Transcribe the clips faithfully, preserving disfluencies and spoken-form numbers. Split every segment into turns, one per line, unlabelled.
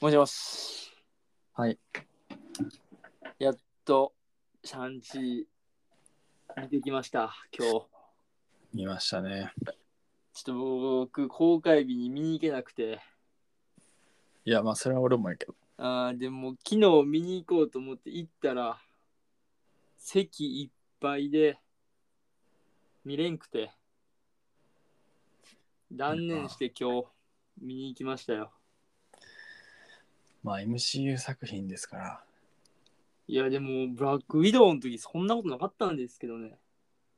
もしもし。
はい。
やっとシャンチー見てきました、今日。
見ましたね。
ちょっと僕、公開日に見に行けなくて。
いや、まあ、それは俺もやけど。
あーでも、昨日見に行こうと思って行ったら、席いっぱいで見れんくて、断念して今日見に行きましたよ。
まあ、エムシーユー 作品ですから。
いや、でも、ブラックウィドウの時そんなことなかったんですけどね。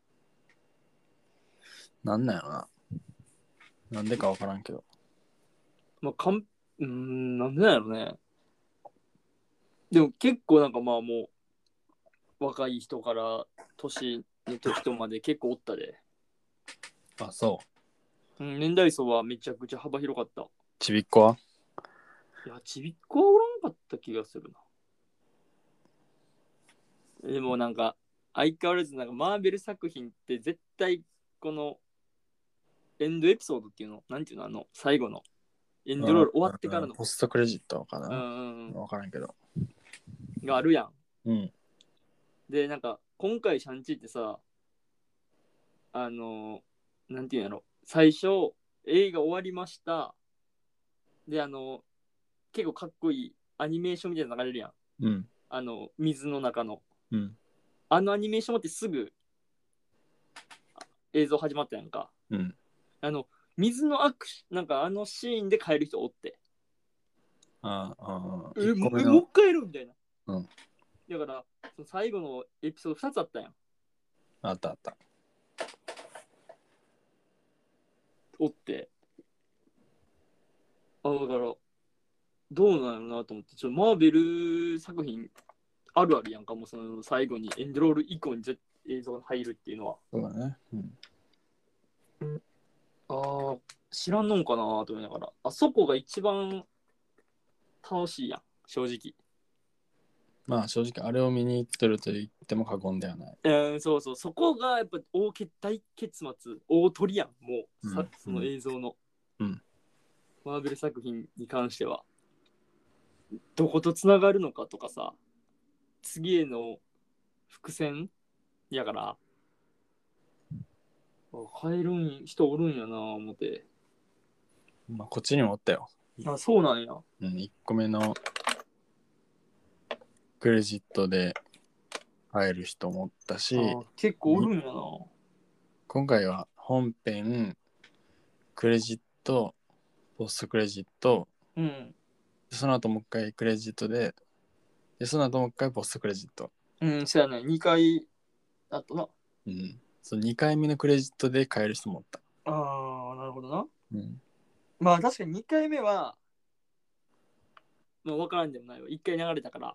なんなんやろな。なんでかわからんけど。
まあ、かん、うーん、なんでなんやろね。でも結構なんかまあもう、若い人から年の人まで結構おったで。
あ、そ
うん、年代層はめちゃくちゃ幅広かった。
う。ちびっこはい
や、ちびっこはおらんかった気がするな。でもなんか、相変わらずなんかマーベル作品って絶対このエンドエピソードっていうの、なんていうの、あの、最後のエンドロール終わってからの、
ポストクレジットか
うん
な。
うん
わからんけど。
うん、があるやん。
うん。
で、なんか、今回シャンチーってさ、あの、なんていうんやろ、最初、映画終わりました。で、あの、結構かっこいいアニメーションみたいなの流れるやん。
うん。
あの、水の中の。
うん。
あのアニメーションってすぐ映像始まったやんか。
うん。
あの、水のアクシなんかあのシーンで帰る人おって。
ああ、
え、
1
もえ、
個目の。
もう一回やるみたいな。
うん。
だから、その最後のエピソードふたつあったやん。
あったあった。
おって。あ、だから、どうなのなと思って、ちょっとマーベル作品あるあるやんか、もうその最後にエンドロール以降に映像が入るっていうのは。
そうだね。うん。
ああ、知らんのんかなと思いながら。あそこが一番楽しいやん、正直。
まあ、正直、あれを見に行ってると言っても過言ではない。
えー、そうそう、そこがやっぱ大け大結末、大鳥やん、もう、
うん。
さその映像の、
うん。
マーベル作品に関しては。どことつながるのかとかさ、次への伏線やから、変えるん人おるんやな思って。
まあ、こっちにもおったよ。
あ、そうなんや。
うん。いっこめのクレジットで入る人もおったし、
あ、結構おるんやな。
今回は本編、クレジット、ポストクレジット、
うん。
その後もう一回クレジットで、でその後もう一回ポストクレジット。
うん、そうやね。にかいあとな。
うん。そのにかいめのクレジットで買える人もおった。
ああ、なるほどな。
うん。
まあ確かににかいめは、まあ分からんでもないわ。いっかい流れたから、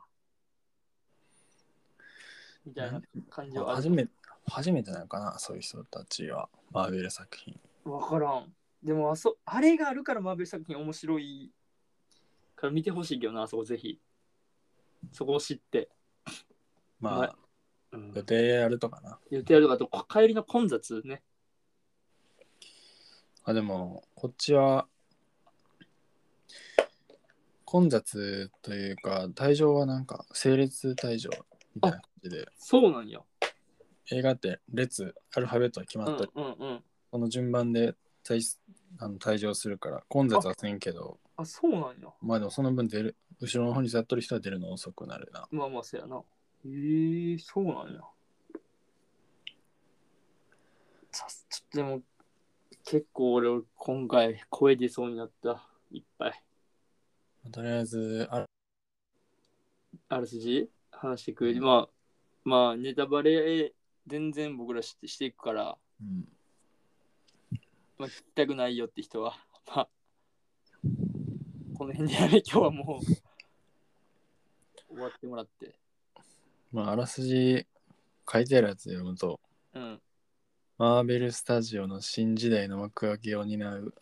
みたいな感じはあるかも。
初め初めてなのかな、そういう人たちは。マーベル作品。
分からん。でもあそ、あれがあるからマーベル作品面白いから見てほしいけどな、そこぜひ。そこを知って。
まあ、
うん、
予定やるとかな。
予定あるとかと、帰りの混雑ね。
あ、でも、こっちは、混雑というか、退場はなんか、整列退場みたいな感じで、
そうなんや。
映画って列、アルファベットが決ま
うん
ったり、
うんうん。
その順番で退あの退場するから、混雑はせんけど、
あ、そうなんや。
まあでもその分出る、後ろの方に座っとる人は出るの遅くなるな。
まあまあ、そうやな。えー、そうなんや。さちょっとでも、結構俺、今回、声出そうになった。いっぱい。
とりあえず、あ
あらすじ話してくれる。まあ、まあ、ネタバレ全然僕らししていくから、
うん、
まあ、聞きたくないよって人は、まあ、この辺でやめ、今日はもう終わってもらって。
まあ、あらすじ書いてあるやつ読むと、
うん。
マーベルスタジオの新時代の幕開けを担う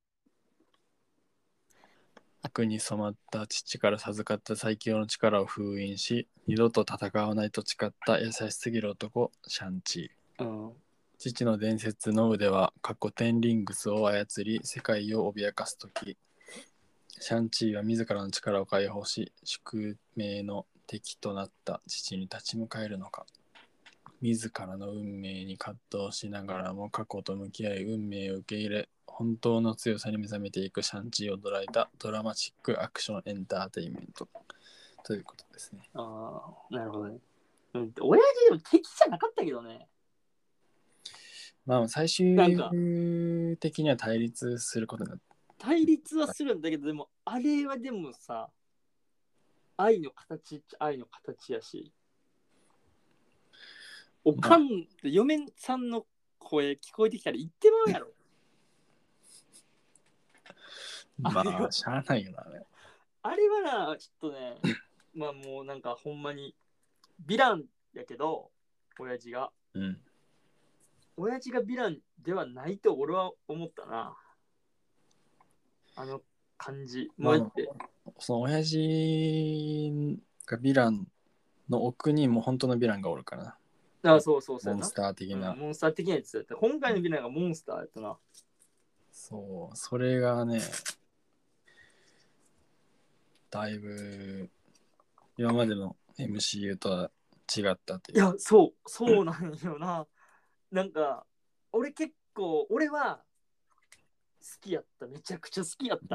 悪に染まった父から授かった最強の力を封印し、二度と戦わないと誓った優しすぎる男、シャンチー。
うん。
父の伝説の腕は過去テンリングスを操り世界を脅かすとき、 シャンチーは自らの力を解放し、宿命の敵となった父に立ち向かえるのか。自らの運命に葛藤しながらも過去と向き合い運命を受け入れ、本当の強さに目覚めていくシャンチーを捉えたドラマチックアクションエンターテインメントということですね。
ああ、なるほどね。うん、親父でも敵じゃなかったけどね。
まあ最終
なんか
的には対立することになった。
対立はするんだけど、でもあれはでもさ、愛の形っちゃ愛の形やし、おかんって嫁さんの声聞こえてきたら言ってまうやろ。
まあ、しゃあないよな、ね。
あれはな、ちょっとね、まあもうなんかほんまに、ヴィランやけど、親父が。
うん。
親父がヴィランではないと俺は思ったな。あの感じ。もうやって。
まあ、その親父がヴィランの奥にも本当のヴィランがおるからな。
ああ、そうそうそう
モンスター的な、
うん。モンスター的なやつだった。今回のヴィランがモンスターやったな。
そう、それがね、だいぶ今までの エムシーユー とは違ったという。
いや、そう、そうなんよな。なんか、俺結構、俺は好きやった。めちゃくちゃ好きやった。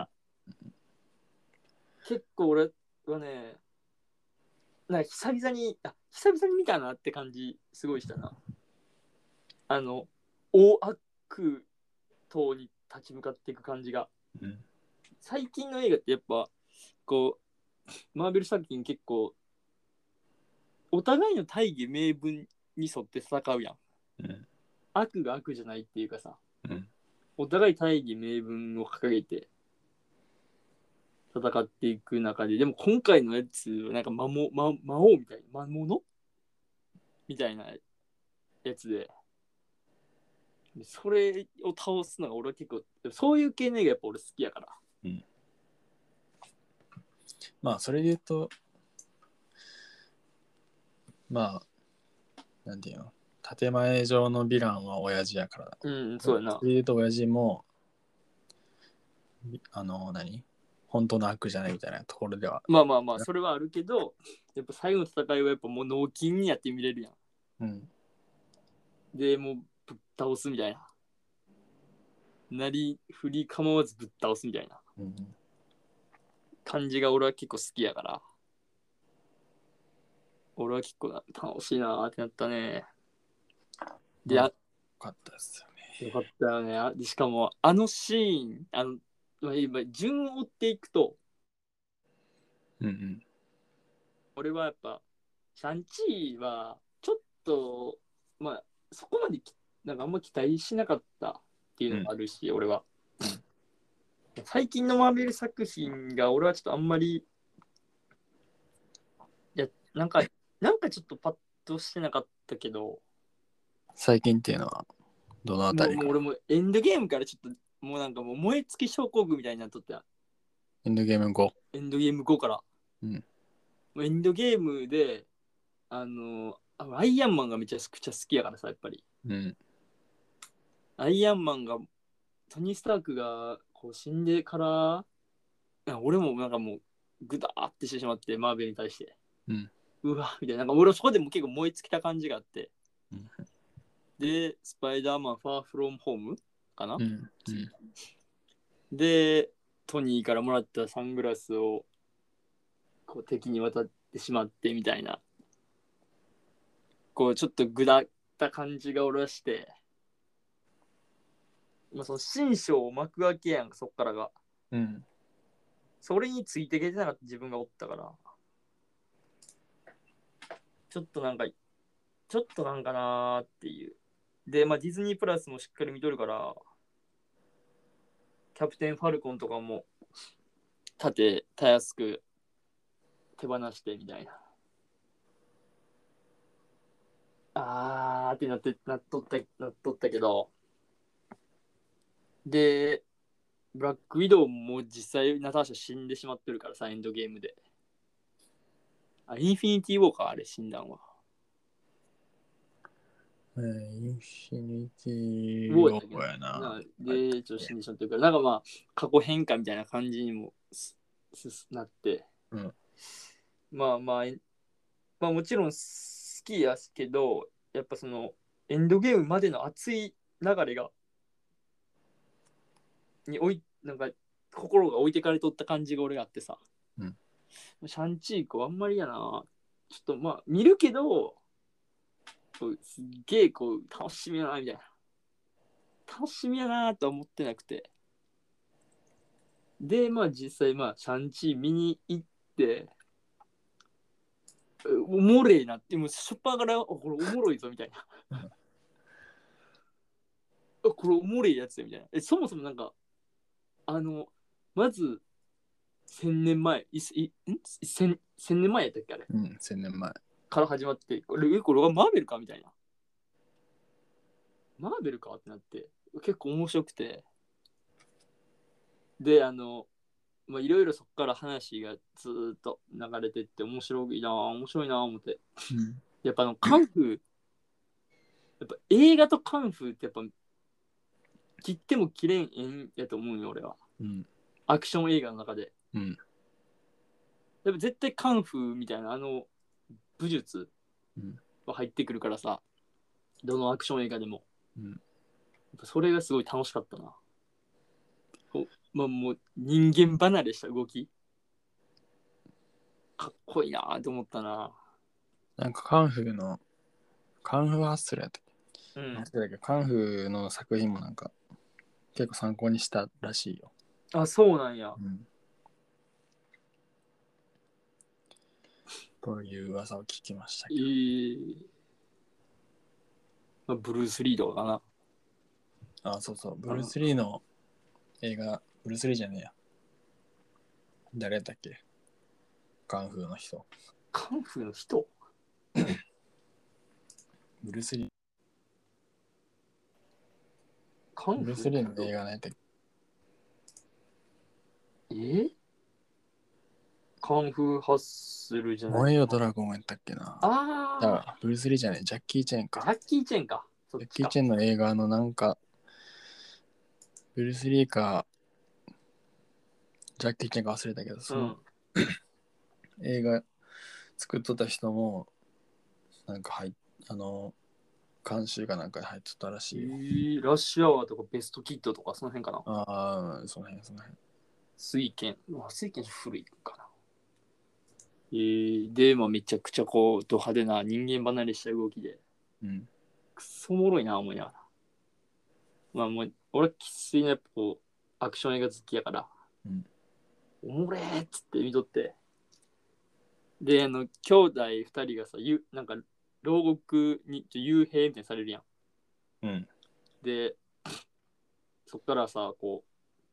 結構俺はね、なんか久々に、あ、久々に見たなって感じ、すごいしたな。あの、大悪党に立ち向かっていく感じが。
うん、
最近の映画ってやっぱ、こう、マーベル作品結構、お互いの大義名分に沿って戦うやん。
うん、
悪が悪じゃないっていうかさ、
うん、
お互い大義名分を掲げて戦っていく中で、でも今回のやつはなんか魔も魔魔王みたいな、魔物みたいなやつで、それを倒すのが俺は結構、そういう系の映画やっぱ俺好きやから。
うん、まあそれで言うと、まあなんていうの、建前上のヴィランは親父やからだ。
うん、そうやな。
それで言うと親父もあの何本当の悪じゃないみたいなところでは。
まあまあまあ、それはあるけど、やっぱ最後の戦いはやっぱもう脳筋にやって見れるやん。
うん。
で、もうぶっ倒すみたいな。なり振り構わずぶっ倒すみたいな
うん
感じが俺は結構好きやから。俺は結構楽しいなーってなったね。で、
まあ、
あ
よかったですよね。
よかったよね。あでしかも、あのシーン、あの、まあ今、順を追っていくと、
うんうん。
俺はやっぱ、シャンチーは、ちょっと、まあ、そこまできなんかあんま期待しなかったっていうのがあるし、俺は。最近のマーベル作品が、俺はちょっとあんまり、いや、なんか、なんかちょっとパッとしてなかったけど、
最近っていうのはどのあた
もう
りか。
もう俺もエンドゲームからちょっと、もうなんかもう燃え尽き症候群みたいになっとった。
エンドゲーム後。
エンドゲーム後から。
うん。
もうエンドゲームで、あの、アイアンマンがめちゃくちゃ好きやからさ、やっぱり。
うん。
アイアンマンが、トニー・スタークがこう死んでから、俺もなんかもう、グダーってしてしまって、マーベルに対して。
うん。
うわ、みたいな。なんか俺そこでも結構燃え尽きた感じがあって。
うん、
で、スパイダーマンファーフロムホームかな、
うん。うん。
で、トニーからもらったサングラスをこう敵に渡ってしまってみたいな。こうちょっとぐだった感じが俺はして、まあ、その新章幕開けやんか、そっからが。
うん。
それについていけてなかった自分がおったから、ちょっとなんか、ちょっとなんかなーっていう。で、まあディズニープラスもしっかり見とるから、キャプテンファルコンとかも立てたやすく手放してみたいな。あーってなってなっとったなっとったけど、で、ブラックウィドウも実際ナターシャ死んでしまってるからさ、エンドゲームで。あ、インフィニティウォーカーあれ死んだんは。
えー、インフィニティ
ウォー
ウ
やったっけな。
ォーやな。
なで、ちょっと死んでしまってるから、なんかまあ、過去変化みたいな感じにもすすなって、
うん。
まあまあ、えまあもちろん好きやけど、やっぱその、エンドゲームまでの熱い流れが、におい、なんか、心が置いてかれとった感じが俺があってさ、
うん。
シャンチーコあんまりやな。ちょっとまあ、見るけど、こうすっげえこう、楽しみやな、みたいな。楽しみやなとは思ってなくて。で、まあ実際、まあ、シャンチー見に行って、おもれえなって、もう初っ端から、これおもろいぞ、みたいな。これおもれえやつや、みたいな。え、そもそもなんか、あの、まず、千年前、いいん千千年前やったっけあれ
うん、千年前。
から始まって、これ、これはマーベルかみたいな。マーベルかってなって、結構面白くて。で、あの、まあ、いろいろそこから話がずーっと流れてって面白いな面白いな思って。
うん。
やっぱあの、カンフー、やっぱ映画とカンフーってやっぱ、切っても切れんえんやと思うよ、俺は。
うん。
アクション映画の中で。
うん。
やっぱ絶対カンフーみたいなあの武術
うん。
は入ってくるからさ、どのアクション映画でも。
うん。
やっぱそれがすごい楽しかったな。こうまあ、もう人間離れした動き。かっこいいなと思ったな。
なんかカンフーの、カンフーハッスルやったっけ、
うん。
だけどカンフーの作品もなんか結構参考にしたらしいよ。
あ、そうなんや。
うん。という噂を聞きました
え
けど。
ーまあ、ブルース・リーとかかな。
あ、そうそう。ブルース・リーの映画、ブルース・リーじゃねえや。誰やったっけ、カンフーの人。
カンフーの人
ブルース・リー。
カン
ブルース・
フーの人
リーの映画何やったっけ。
えー、カンフーハッスルじゃない。
燃えよドラゴンやったっけな。
あ
だからブルース・リーじゃねえ、ジャッキー・チェン
ー、
か。
ジャッキー・チェンか。そっ
ジャッキー・
ちか。
チェンの映画のなんか、ブルース・リーか、ジャッキー・チェンか忘れたけど、その映画作っとった人も、なんか入っ、あの、監修かなんかで入っとったらしいよ。
えー、ラッシュアワーとかベストキッドとかその辺かな。
ああ、その辺、その辺。
水拳。まあ、水拳古いかな。えー、で、まあ、めちゃくちゃこう、ド派手な人間離れした動きで、
うん。
くそおもろいな、思いながら。まあ、もう、俺は生粋のやっぱこう、アクション映画好きやから、
うん、
おもれーっつって見とって、で、あの、兄弟二人がさ、ゆなんか、牢獄に幽閉みたいにされるやん。
うん。
で、そっからさ、こ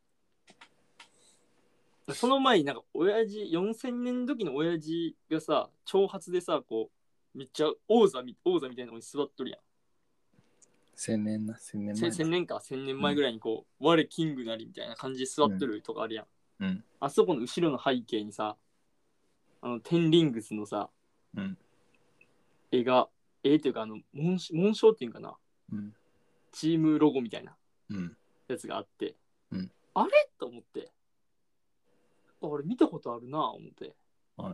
う、その前になんか、親父、よんせんねんの時の親父がさ、挑発でさ、こう、めっちゃ王座み王座みたいなのに座っとるやん。
千年な、千年
せ
前な。
千年か、千年前ぐらいにこう、我キングなりみたいな感じで座っとるとかあるやん。
うん。
あそこの後ろの背景にさ、あの、テンリングスのさ、
うん。
絵が、絵っていうか、あの、紋紋章っていうかな、
うん。
チームロゴみたいな
うん。
やつがあって、
うん。
あれと思って、あれ見たことあるな思って。
はい。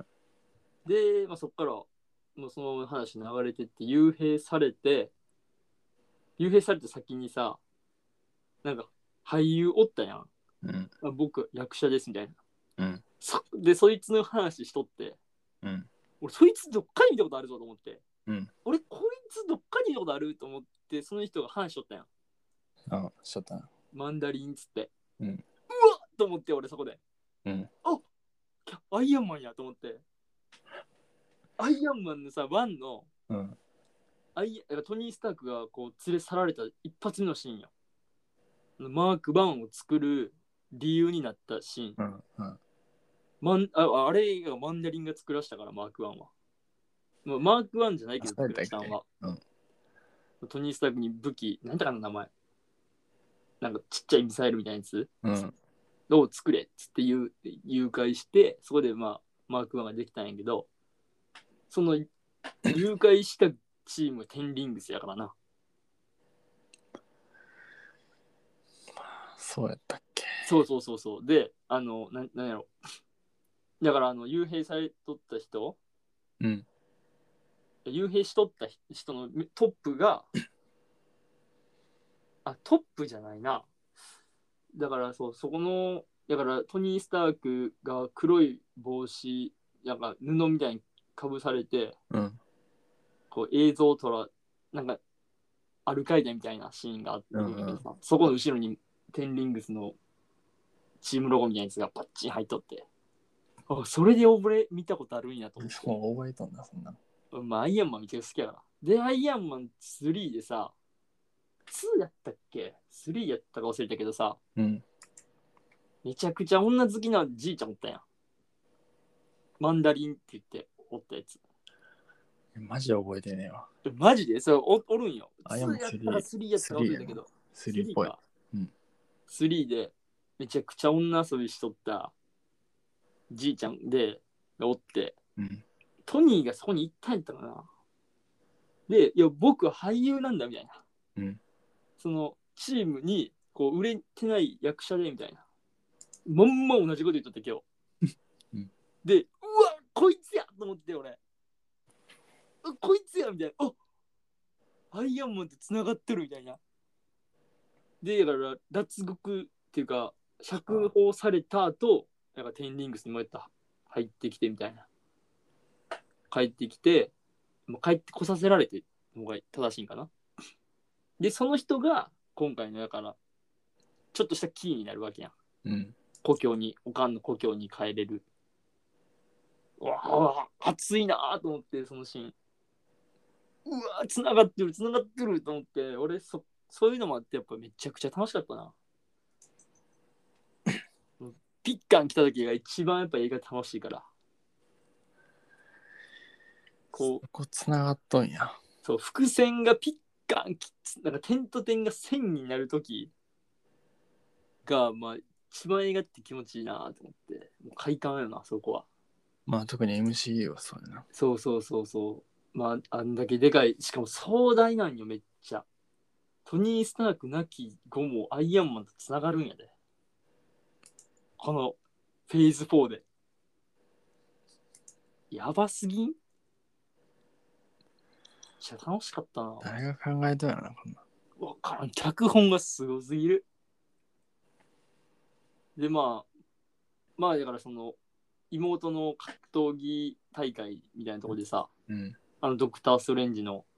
で、まあ、そっから、もうその話流れてって幽閉されて、幽閉された先にさ、なんか俳優おったやん。
うん。
あ僕役者ですみたいな。
うん。
そで、そいつの話しとって、
うん。
俺そいつどっかに見たことあるぞと思って、
うん。
俺こいつどっかに見たことあると思って、その人が話しとったやん。
あ、しちゃったな。
マンダリンっつって。
うん。
うわっと思って、俺そこで。
うん。
あ、アイアンマンやと思って。アイアンマンのさ、ワンの、
うん。
アイトニー・スタークがこう連れ去られた一発目のシーンや。マーク・バンを作る理由になったシーン。
うん。うん。
マン あ, あれがマンダリンが作らしたから、マークワンは。マークワンじゃないけど作らしたんは。
うん。
トニー・スタークに武器、なんだかの名前。なんかちっちゃいミサイルみたいなやつ
うん。
を作れっつって誘誘拐して、そこでまあマークワンができたんやけど、その誘拐したチームはテンリングスやからな。
そうやったっけ。
そうそうそうそう。で、あの、ななんやろ。だから、あの、幽閉されとった人、
うん。
幽閉しとった人のトップが、あ、トップじゃないな。だから、そう、そこの、だからトニー・スタークが黒い帽子、なんか布みたいにかぶされて、
うん。
こう映像を撮ら、なんか、アルカイダみたいなシーンがあるんだけどさ、
うんうん、
そこの後ろにテンリングスのチームロゴみたいなやつがパッチン入っとって、あ、それで俺見たことあるんやと思って。
もう覚えとんだ、そんな。
まあ、アイアンマンめっちゃ好きやから。で、アイアンマンスリーでさ、ツーやったっけ ?スリー やったか忘れたけどさ、
うん。
めちゃくちゃ女好きなじいちゃんおったやん。マンダリンって言っておったやつ。
マジで覚えてねえわ。
マジでそれ お, おるんよ。
アイアンマン
ツーやったかスリーやったか忘れたけど。
スリーっぽい。
か。
うん。
スリーでめちゃくちゃ女遊びしとったじいちゃんでおって、
うん、
トニーがそこに行ったんやったかな。で、いや、僕は俳優なんだみたいな。
うん、
そのチームにこう売れてない役者でみたいな。まんま同じこと言っとって今日。
うん、
で、うわ、こいつやと思って俺。こいつやみたいな。あ、アイアンマンと繋がってるみたいな。で、だから脱獄っていうか、釈放された後、なんかテンリングスにもやった入ってきてみたいな。帰ってきて、もう帰ってこさせられてのが正しいんかな。で、その人が今回のだから、ちょっとしたキーになるわけやん。
うん。
故郷に、おかんの故郷に帰れる。うわあ、熱いなと思って、そのシーン。うわー、繋がってる、繋がってると思って、俺そ、そういうのもあって、やっぱめちゃくちゃ楽しかったな。ピッカン来た時が一番やっぱ映画楽しいから。こう、
そこ繋がっとんや。
そう、伏線がピッカン、なんか点と点が線になる時が、まあ、一番映画って気持ちいいなと思って、もう快感よな、そこは。
まあ特に エムシーユー はそうやな。
そうそうそうそう。まあ、あんだけでかい、しかも壮大なんよ、めっちゃ。トニー・スタークなき後もアイアンマンとつながるんやで。このフェーズフォーで。やばすぎん？めっちゃ楽しかったな。
誰が考えたんやろな、こんな。
わからん。脚本がすごすぎる。で、まあ、まあ、だからその、妹の格闘技大会みたいなところでさ、
うん。
あの、ドクター・ストレンジの、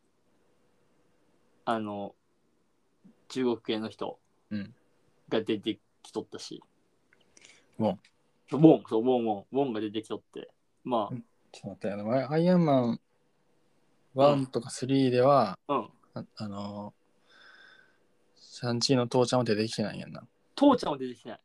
あの、中国系の人が出てきとったし、
ウォン。
ウォン、そう、ウォン、ウォン、ウォンが出てきとって、まあ、
ちょっと待って、あの、アイアンマンワンとかスリーでは、
うん。
あ, あの、シャンチーの父ちゃんは出てきてないんやんな。
父ちゃんは出てきてない。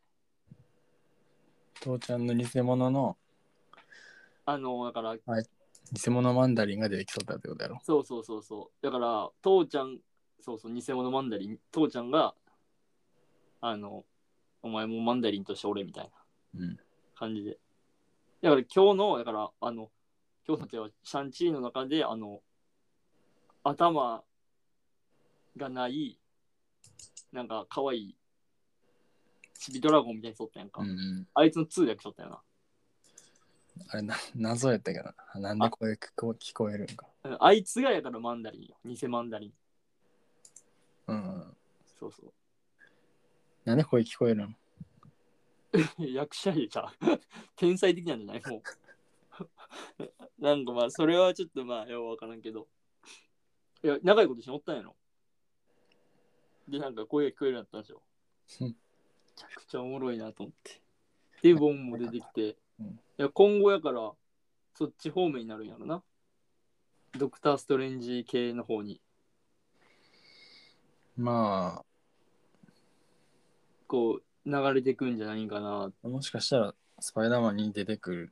父ちゃんの偽物の、
あの、だから、
はい、偽物マンダリンが出てきそうだってことやろ。
そうそうそうそう。だから、父ちゃん、そうそう、偽物マンダリン、父ちゃんが、あの、お前もマンダリンとして俺みたいな感じで。だから今日の、だから、あの、今日の手はシャンチーの中で、あの、頭がない、なんか可愛いチビドラゴンみたいにしとったやんか。
うんうん、
あいつのツーでしとったよな。
あれな、謎やったけどな。なんで声聞こ聞こえるんか。
あいつがやからマンダリンよ。偽マンダリン。
うん。
そうそう。
なんで声聞こえるの？
役者でさ、天才的なんじゃないもう。なんかまあ、それはちょっとまあ、よくわからんけど。いや、長いこと一緒におったんやろ。で、なんか声が聞こえるようになったんですよ。めちゃくちゃおもろいなと思って。で、ボンも出てきて。
うん、
いや、今後やから、そっち方面になるんやろな。ドクター・ストレンジ系の方に。
ま
こう、流れてくんじゃないんかな。
あ、もしかしたらスパイダーマンに出てくる。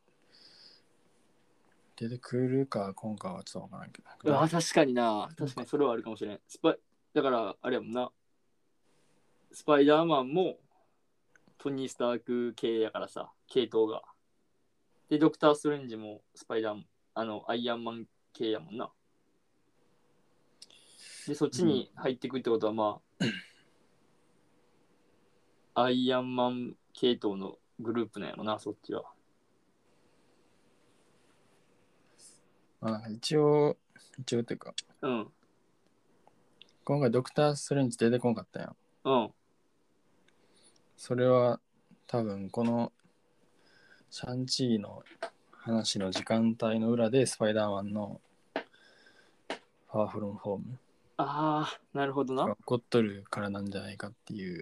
出てくるか今回はちょっとわからんけど。
あ、確かにな。確かにそれはあるかもしれん。スパイ、だから、あれやもんな。スパイダーマンもトニー・スターク系やからさ、系統が。で、ドクター・ストレンジもスパイダーマン、あの、アイアンマン系やもんな。で、そっちに入ってくってことは、まあ、 アイアンマン系統のグループなんやろな、そっちは。
まあ、一応、一応っていうか、
うん。
今回ドクター・ストレンジ出てこんかったやん。
うん。そ
それは多分このシャンチーの話の時間帯の裏でスパイダーマンのファーフロムホーム
ああ、なるほどな。
が起こっとるからなんじゃないかっていう。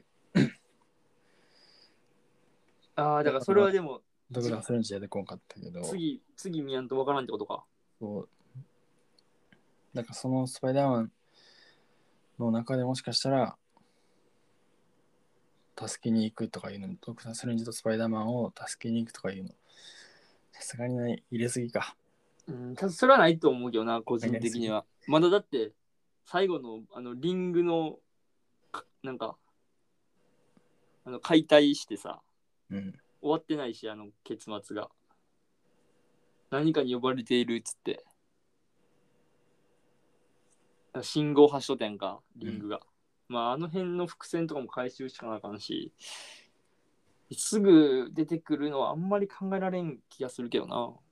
ああ、だからそれはでも、
ドクター・ストレンジ出てこんかったけど、
次、次見やんとわからんってことか。
そうなんかそのスパイダーマンの中でもしかしたら助けに行くとかいうの、ドクター・ストレンジとスパイダーマンを助けに行くとかいうの、さすがにない入れすぎか。
うん、ただそれはないと思うけどな、個人的には。まだだって、最後のあのリングの、なんか、あの解体してさ、
うん。
終わってないし、あの結末が。何かに呼ばれているっつって。信号発書店か、リングが。うん、まあ、あの辺の伏線とかも回収しかなあかんし、すぐ出てくるのはあんまり考えられん気がするけどな。め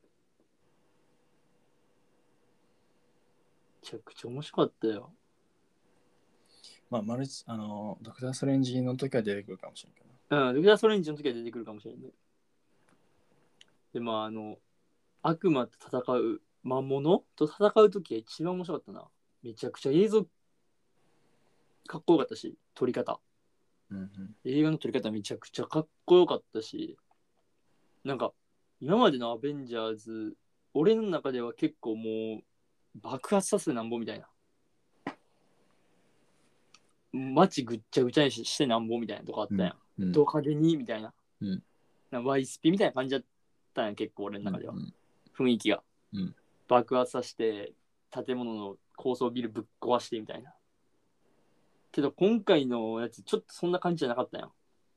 ちゃくちゃ面白かったよ。
まあ、マルチ、あの、ドクター・ストレンジの時は出てくるかもしれんけ
ど。うん、ドクター・ストレンジの時は出てくるかもしれんね。で、まあ、あの、悪魔と戦う、魔物と戦う時が一番面白かったな。めちゃくちゃ映像かっこよかったし、撮り方。
うんうん、
映画の撮り方めちゃくちゃかっこよかったし、なんか、今までのアベンジャーズ、俺の中では結構もう、爆発させてなんぼみたいな。街ぐっちゃぐちゃにしてなんぼみたいなとこあったやん。
うんうん、
ド派手にみたいな。
うん、
なんかワイスピみたいな感じだったんや、結構俺の中では。
うん、
雰囲気が。
うん、
爆発させて、建物の高層ビルぶっ壊してみたいな。けど今回のやつ、ちょっとそんな感じじゃなかったやん。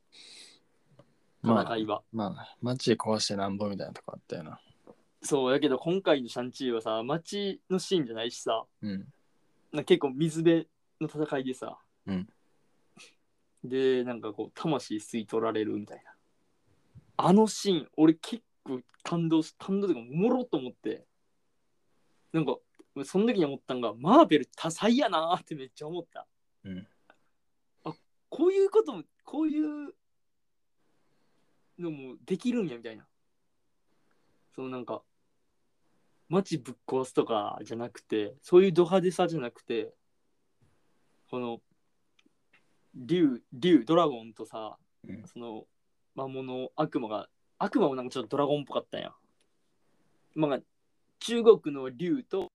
戦いは。
まあ、まあ、街壊してなんぼみたいなとこあったよな。
そうやけど今回のシャンチーはさ、街のシーンじゃないしさ、
うん、
なんか結構水辺の戦いでさ、
うん、
で、なんかこう、魂吸い取られるみたいな。あのシーン、俺結構感動し、感動というか、おもろっと思って、なんか、その時に思ったんが、マーベル多彩やなーってめっちゃ思った。
うん、
あ、こういうことも、こういうのもできるんやみたいな。そのなんか、街ぶっ壊すとかじゃなくて、そういうド派手さじゃなくて、この、竜、竜、ドラゴンとさ、
うん、
その、魔物、悪魔が、悪魔もなんかちょっとドラゴンっぽかったんや。まあ、中国の竜と、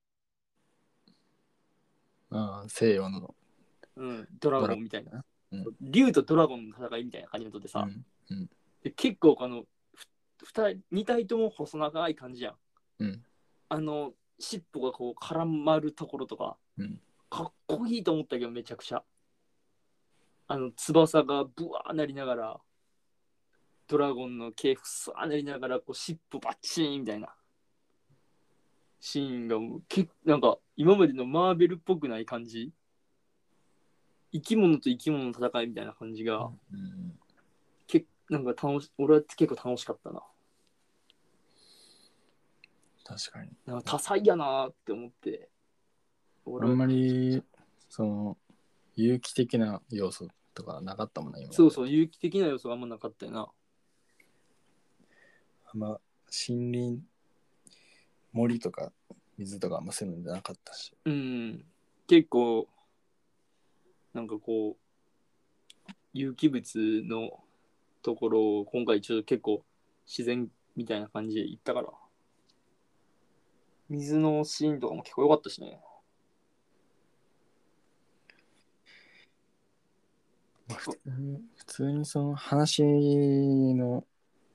ああ、西洋の
うん、ドラゴンみたいな。
うん、
竜とドラゴンの戦いみたいな感じのとでさ、
うんうん、
で結構あの、に体とも細長い感じやん。
うん、
あの、尻尾がこう絡まるところとか、
うん、
かっこいいと思ったけど、めちゃくちゃ。あの、翼がブワーなりながら、ドラゴンの毛ふさーなりながら、こう尻尾バッチーンみたいなシーンがもうけなんか今までのマーベルっぽくない感じ、生き物と生き物の戦いみたいな感じが、
うん、
けなんか楽し俺は結構楽しかったな。
確かに。
なんか多彩やなって思って、俺は
あんまり、その、有機的な要素とかなかったもんね、今まで。
そうそう、有機的な要素があんまなかったよな。
あんま森林、森とか水とかあんまそういうのじゃなかったし。
うん、結構なんかこう有機物のところを今回ちょっと結構自然みたいな感じで行ったから、水のシーンとかも結構良かったしね。
まあ、普通に、普通にその話の、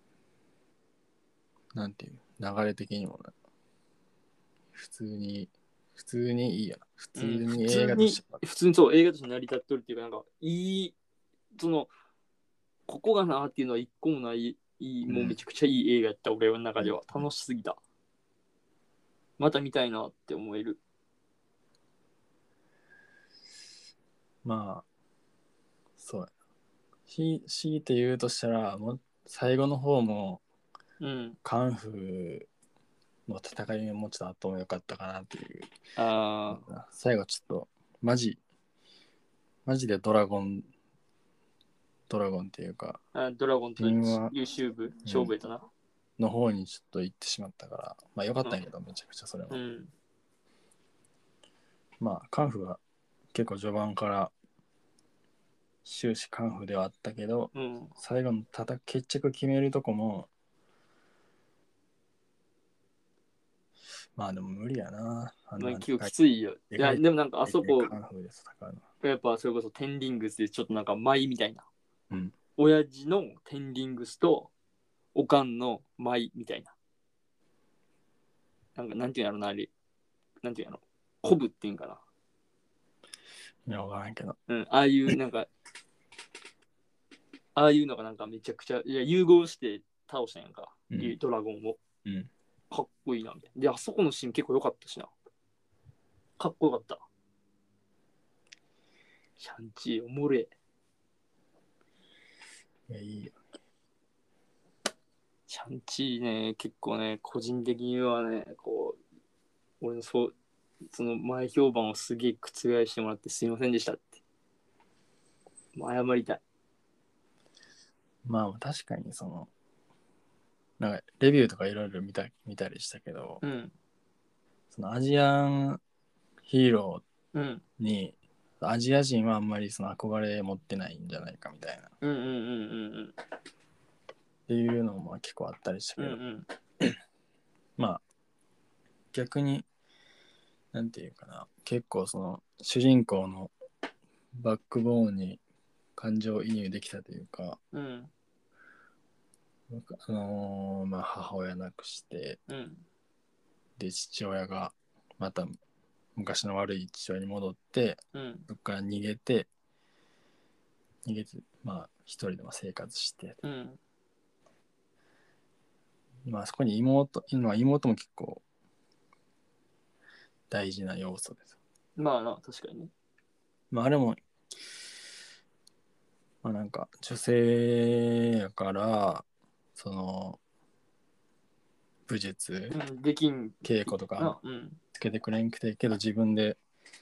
なんていう流れ的にもね、普通に、普通にいいやな。普通
うん、普
に映
通に
画としては。
普通にそう映画として成り立ってるっていうか、なんかいい、そのここがなっていうのは一個もない、いい、もうめちゃくちゃいい映画やった、俺の中では楽しすぎた。また見たいなって思える。
まあ、そうやし強いて言うとしたら、もう最後の方も
うん。
カンフーの戦いもちょっとあってもよかったかなっていう。
あ
最後ちょっとマジマジでドラゴンドラゴンっていうか
あ、ドラゴンと
神話
優秀部、勝負やったな。
の方にちょっと行ってしまったから、まあよかったん
うん
やけど、めちゃくちゃそれは。
うん。
まあカンフーは結構序盤から終始カンフーではあったけど、
うん。
最後のたた決着決めるとこも、まあでも無理やな。あん
まあ、
な
結構きついよ。いや、
でかい
でもなんかあそこ、
カンフーで戦うの。
やっぱそれこそテンリングスでちょっとなんか舞みたいな。
うん。
親父のテンリングスとおかんの舞みたいな。なんかなんていうのな、あれ。なんていうの、コブっていうんかな。
いや、わからんけど。
うん、ああいうなんか、ああいうのがなんかめちゃくちゃ、いや、融合して倒したんやんか、
うん、
ドラゴンを。
うん。
かっこいいなみたいな。で、あそこのシーン結構良かったしな。かっこよかった。シャンチーおもれ。
いや、いいよ。
シャンチーね、結構ね、個人的にはね、こう、俺のそう、その前評判をすげえ覆してもらってすいませんでしたって。もう謝りたい。
まあ確かにその、なんかレビューとかいろいろ見た見たりしたけど、
うん。
そのアジアンヒーロ
うん。
ーに、アジア人はあんまりその憧れ持ってないんじゃないかみたいな、っ
うんうんうんうん
ていうのも結構あったりした
うん。う
けど、
んうん。
まあ逆に、なんていうかな、結構その主人公のバックボーンに感情移入できたというか、
うん。
あのーまあ母親亡くして、
うん。
で父親がまた昔の悪い父親に戻って、
うん。
そこから逃げて逃げてまあ一人でも生活して、
うん。
まあそこに妹今妹も結構大事な要素です。
まあな、確かにね。
まああれもまあなんか女性やからその武術
うん、できん。
稽古とか
な、うん。
つけてくれんくてけど自分で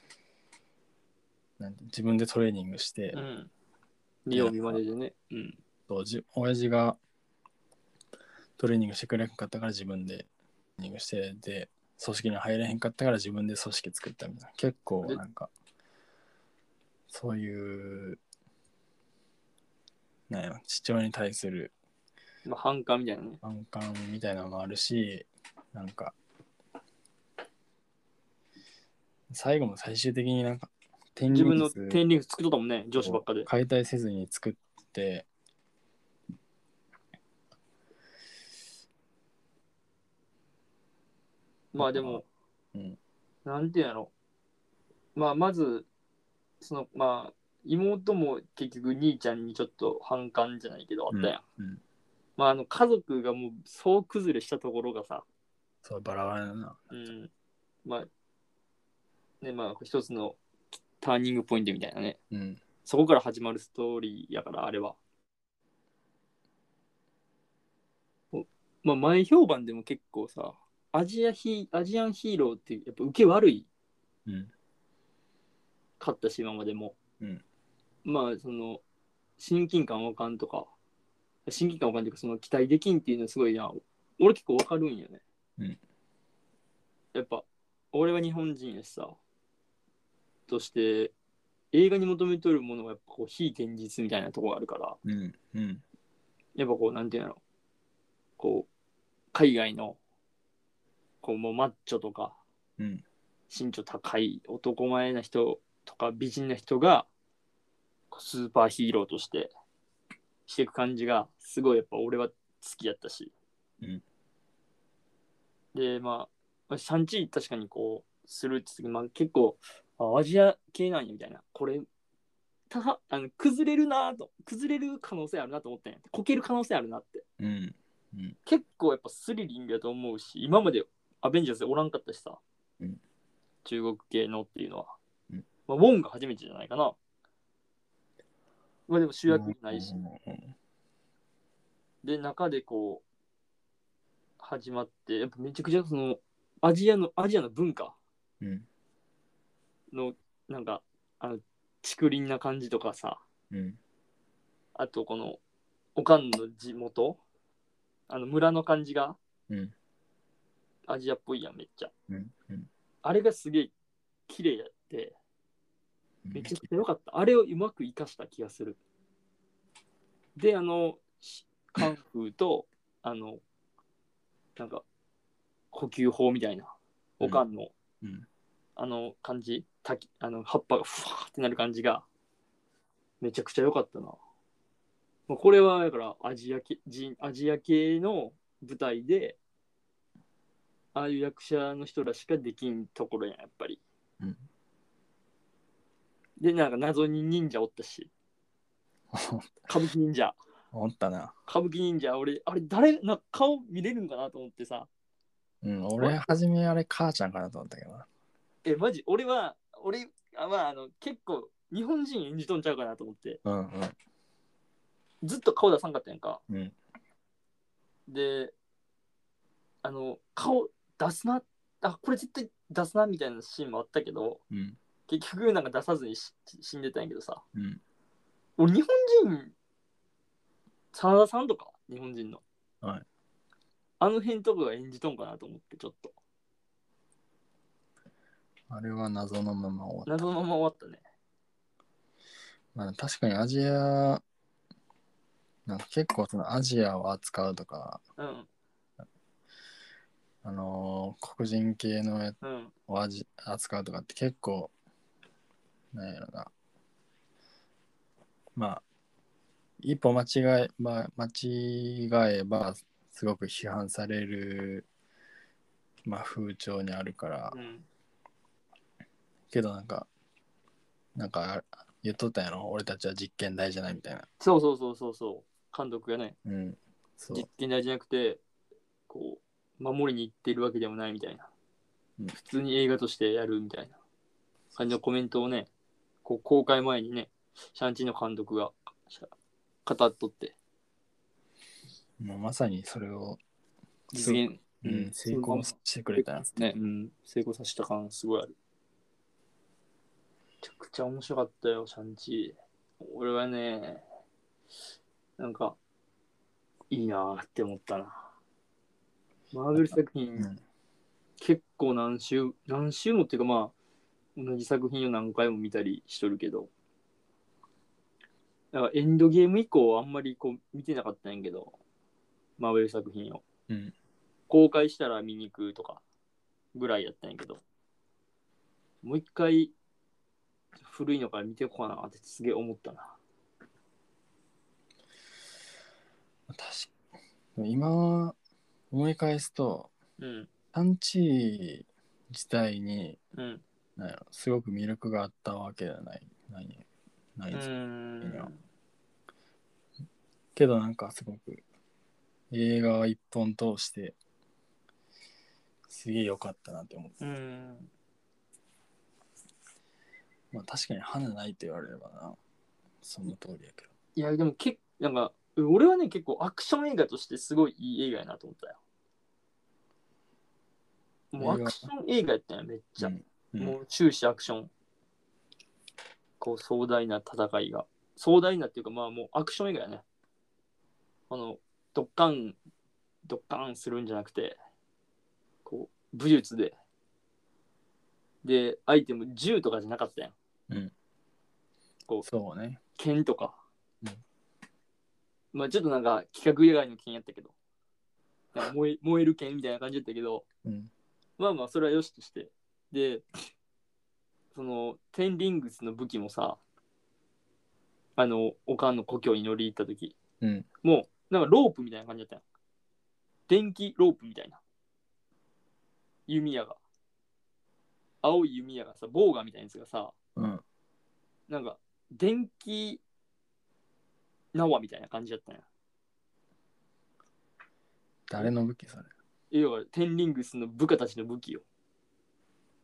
なんて自分でトレーニングして
うん。見
で
よう見まねでね。うん。
とじ親父がトレーニングしてくれへんかったから自分でトレーニングしてで組織に入れへんかったから自分で組織作ったみたいな結構なんかそういうなんやろ父親に対する
まあ、反感みたいなね。
反感みたいなのもあるしなんか最後も最終的になんかテン
自分の
リンス
テンリング作っとったもんね、女子ばっ
を
かで。
解体せずに作って
まあでも、
うん、
なんていうんやろ。まあまず、その、まあ、妹も結局兄ちゃんにちょっと反感じゃないけどあったやん。
うんうん、
まああの家族がもう総崩れしたところがさ、
そうバラバラだな、
うん。まあ、ね、まあ一つのターニングポイントみたいなね。
うん、
そこから始まるストーリーやから、あれは。まあ前評判でも結構さ、アジアヒアジアンヒーローってやっぱ受け悪い
うん、
かったし、今までも。
うん、
まあその、親近感わかんとか、親近感わかんというか、その期待できんっていうのはすごいな。俺結構わかるんよね。
うん、
やっぱ、俺は日本人やしさ、として、映画に求めとるものがやっぱこう非現実みたいなところがあるから、
うん、うん、
やっぱこう、なんていうの、こう、海外の、こう、もうマッチョとか、
うん、
身長高い男前な人とか美人な人が、スーパーヒーローとしてしていく感じが、すごいやっぱ俺は好きやったし。
うん、
で、まあ、シャンチー確かにこう、するって時、まあ結構、あアジア系なんやみたいな。これ、たあの崩れるなと、崩れる可能性あるなと思ったんや。こける可能性あるなって。
うん、うん、
結構やっぱスリリングやと思うし、今までアベンジャーズでおらんかったしさ、
うん、
中国系のっていうのは。
うん、
まあ、ウォンが初めてじゃないかな。 まあでも主役じゃないし。
うんうん
で、中でこう、始まって、やっぱめちゃくちゃその、アジアの、アジアの文化
うん
の、なんか、あの、竹林な感じとかさ、
うん
あとこの、おかんの地元、あの、村の感じが
うん
アジアっぽいやん、めっちゃ。
うんうん
あれがすげえ綺麗やって、めちゃくちゃ良かった。あれをうまく活かした気がする。で、あの、カンフーと、あの、なんか、呼吸法みたいな、おかんの、
うん
あの感じ、滝あの葉っぱがふわーってなる感じが、めちゃくちゃ良かったな。まあこれは、だからアジア系、人アジア系の舞台で、ああいう役者の人らしかできんところやん、やっぱり。
うん
で、なんか謎に忍者おったし、歌舞伎忍者。
おったな。
歌舞伎忍者、俺、あれ、誰、な顔見れるんかなと思ってさ、
うん、俺、初めあれ、母ちゃんかなと思ったけどな。
え、マジ、俺は、俺、あまあ、あの、結構、日本人演じとんちゃうかなと思って、
うんうん
ずっと顔出さんかったやんか。
うん
で、あの、顔出すな、あ、これ絶対出すなみたいなシーンもあったけど、
うん
結局なんか出さずにし死んでたんやけどさ、
うん
俺日本人、真田さんとか、日本人の、
はい。
あの辺とかが演じとんかなと思って、ちょっと。
あれは謎のまま終わった。
謎のまま終わったね。
まあ、確かにアジア、なんか結構そのアジアを扱うとか、
うん、
あのー黒人系のや
うん、
をアジ扱うとかって結構、なんやろな。まあ、一歩間違えば、間違えば、すごく批判される、まあ、風潮にあるから、
うん。
けどなんか、なんか言っとったんやろ、俺たちは実験台じゃないみたいな。
そうそうそうそうそう。監督がね、
うん、そう。
実験台じゃなくて、こう、守りに行ってるわけでもないみたいな。
うん、
普通に映画としてやるみたいな感じのコメントをね、こう公開前にね、シャンチーの監督が語っとって、
もうまさにそれを
実現、
う、
うん、
ん、成功してくれた
ね、うん、成功させた感すごいある。めちゃくちゃ面白かったよ、シャンチー。俺はね、なんか、いいなーって思ったな。マーベル作品、
うん、
結構何週、何週もっていうかまあ、同じ作品を何回も見たりしとるけど、だからエンドゲーム以降あんまりこう見てなかったんやけど、マーベル作品を。
うん、
公開したら見に行くとかぐらいやったんやけど、もう一回古いのから見ていこうかなってすげえ思ったな。
確か今思い返すと、
うん。
サンチー自体に、
うん。
なんやろ、すごく魅力があったわけじゃない。ないな
うー
いです
ん。
けどなんかすごく映画一本通してすげえ良かったなって思って。
うーん。
まあ確かに花ないと言われればな、その通りやけど。
いや、でも結なんか、俺はね、結構アクション映画としてすごいいい映画やなと思ったよ。もうア
映画、
クション映画やったんや、めっちゃ。
うんうん、
もう終始アクション。こう壮大な戦いが。壮大なっていうか、まあもうアクション映画やね。あの、ドッカン、ドッカンするんじゃなくて、こう、武術で。で、アイテム、銃とかじゃなかったやん。
うん、
こう、
そうね。
剣とか。
うん、
まあちょっとなんか企画以外の剣やったけど、なんか燃え燃える剣みたいな感じだったけど、
うん、
まあまあそれはよしとして。で、その、テンリングスの武器もさ、あの、オカンの故郷に乗り入った時、
うん、
もう、なんかロープみたいな感じだったやん。電気ロープみたいな。弓矢が。青い弓矢がさ、ボウガみたいなやつがさ、
うん。
なんか、電気縄みたいな感じだったんや。
誰の武器それ？
要は、テンリングスの部下たちの武器よ。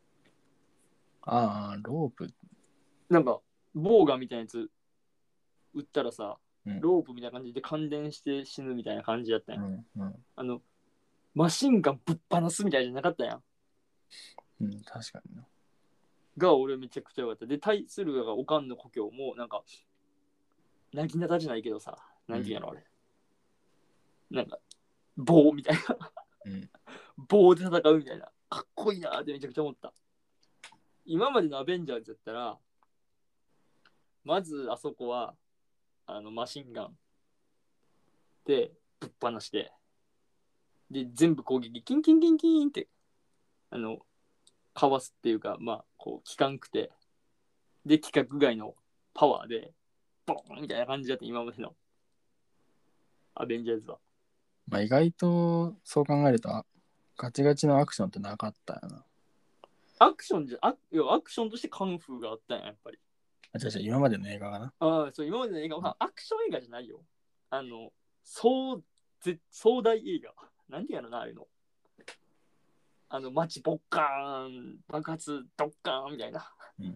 ああ、ロープ。
なんか、ボウガみたいなやつ撃ったらさ、
うん
ロープみたいな感じで感電して死ぬみたいな感じだったやん。
うんうん
あの、マシンガンぶっ放すみたいじゃなかったやん。
うん確かにな。
が俺めちゃくちゃ良かった。で、対するがおかんの故郷もなんか、なぎなたじゃないけどさ、なんていうのあれ。なんか、棒みたいな。
うん
棒で戦うみたいな。かっこいいなってめちゃくちゃ思った。今までのアベンジャーズだったら、まずあそこは、あの、マシンガンでぶっ放して、で、全部攻撃、キンキンキンキンって、あの、かわすっていうか、まあ、こう、効かんくて、で、規格外のパワーで、ボーンみたいな感じだった、今までのアベンジャーズは。
まあ意外とそう考えるとあガチガチのアクションってなかったよな。
アクションじゃ、アいやアクションとしてカンフーがあったんや、やっぱり。
あ違う違う今までの映画がな。
ああ、そう、今までの映画はアクション映画じゃないよ。あの、壮ぜ壮大映画。なんていうのな、あれの。あの、街ボッカーン、爆発ドッカーンみたいな。
うん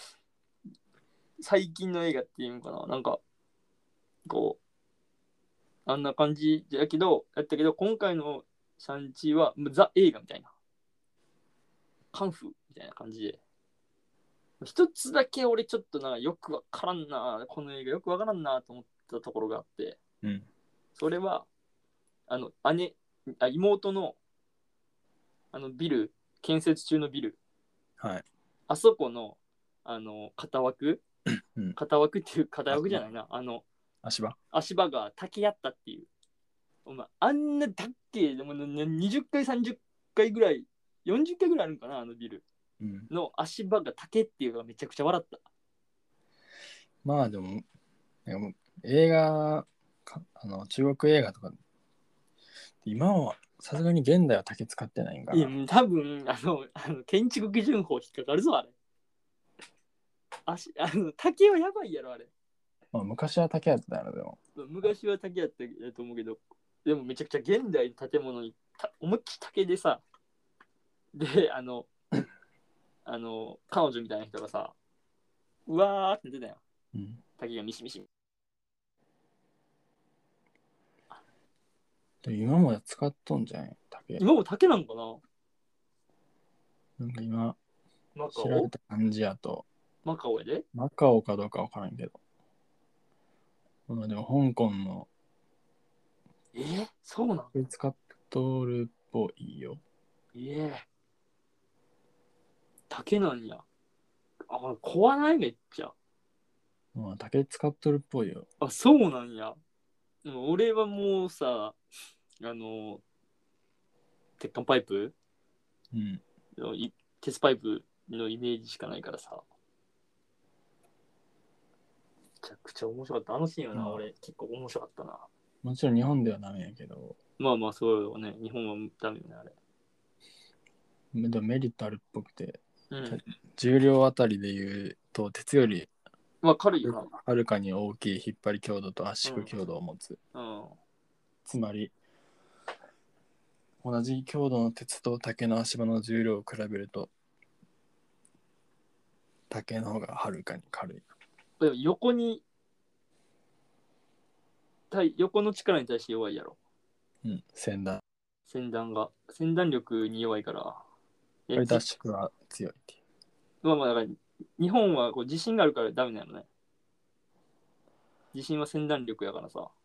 最近の映画っていうのかな、なんか、こう、あんな感じやけど、やったけど、今回のシャンチーはもうザ映画みたいな。カンフーみたいな感じで。一つだけ俺ちょっとな、よくわからんな、この映画よくわからんなと思ったところがあって、
うん
それは、あの、姉、あ妹の、あのビル、建設中のビル、
はい。
あそこの、あの、片枠、
うん、
片枠っていう片枠じゃないな、あの、
足場
足場が竹やったっていう。お前、あんなだっけでもにじゅっかい、さんじゅっかいぐらい、よんじゅっかいぐらいあるんかな、あのビル
うん
の足場が竹っていうのがめちゃくちゃ笑った。
まあでも、なんかもう映画か、あの中国映画とか、今はさすがに現代は竹使ってないんか
いや、
な。
多分あの、あの建築基準法引っかかるぞ、あれ。足あの竹はやばいやろ、あれ。
まあ、昔は竹やったよでも。
昔は竹やったと思うけど、でもめちゃくちゃ現代の建物にた思いっきり竹でさ、で、あの、あの、彼女みたいな人がさ、うわーって出たよ。
うん、
竹がミシミシ。
で今も使っとんじゃん竹。
今も竹なんかな。
なんか今
マカ
調べ
オ
た感じやと
マカオやで。
マカオかどうかわからんけど、まあでも香港の
えー、そうなん
竹使っとるっぽいよ。
ええ竹なんや。あ、怖ないめっちゃ。
まあ竹使っとるっぽいよ。
あ、そうなんや。でも俺はもうさ、あの、鉄管パイプ
うん
のい鉄パイプのイメージしかないからさ。めちゃくちゃ面白かった。あのシーンはな、
まあ
俺結構面白かったな。
もちろん日本ではダメやけど、
まあまあ、そうよね。日本はダメよね、あれ。
でもメリットあるっぽくて、
うん。
重量あたりで言うと鉄より
まあ、軽いよな。
はるかに大きい引っ張り強度と圧縮強度を持つ、
うん。
つまり同じ強度の鉄と竹の足場の重量を比べると竹の方がはるかに軽い。
でも横に、対横の力に対して弱いやろ。
うん、先端。
先端が。先端力に弱いから。いや
これ圧縮は強いってい
まあまあ、だから日本はこう地震があるからダメなのね。地震は先端力やからさ。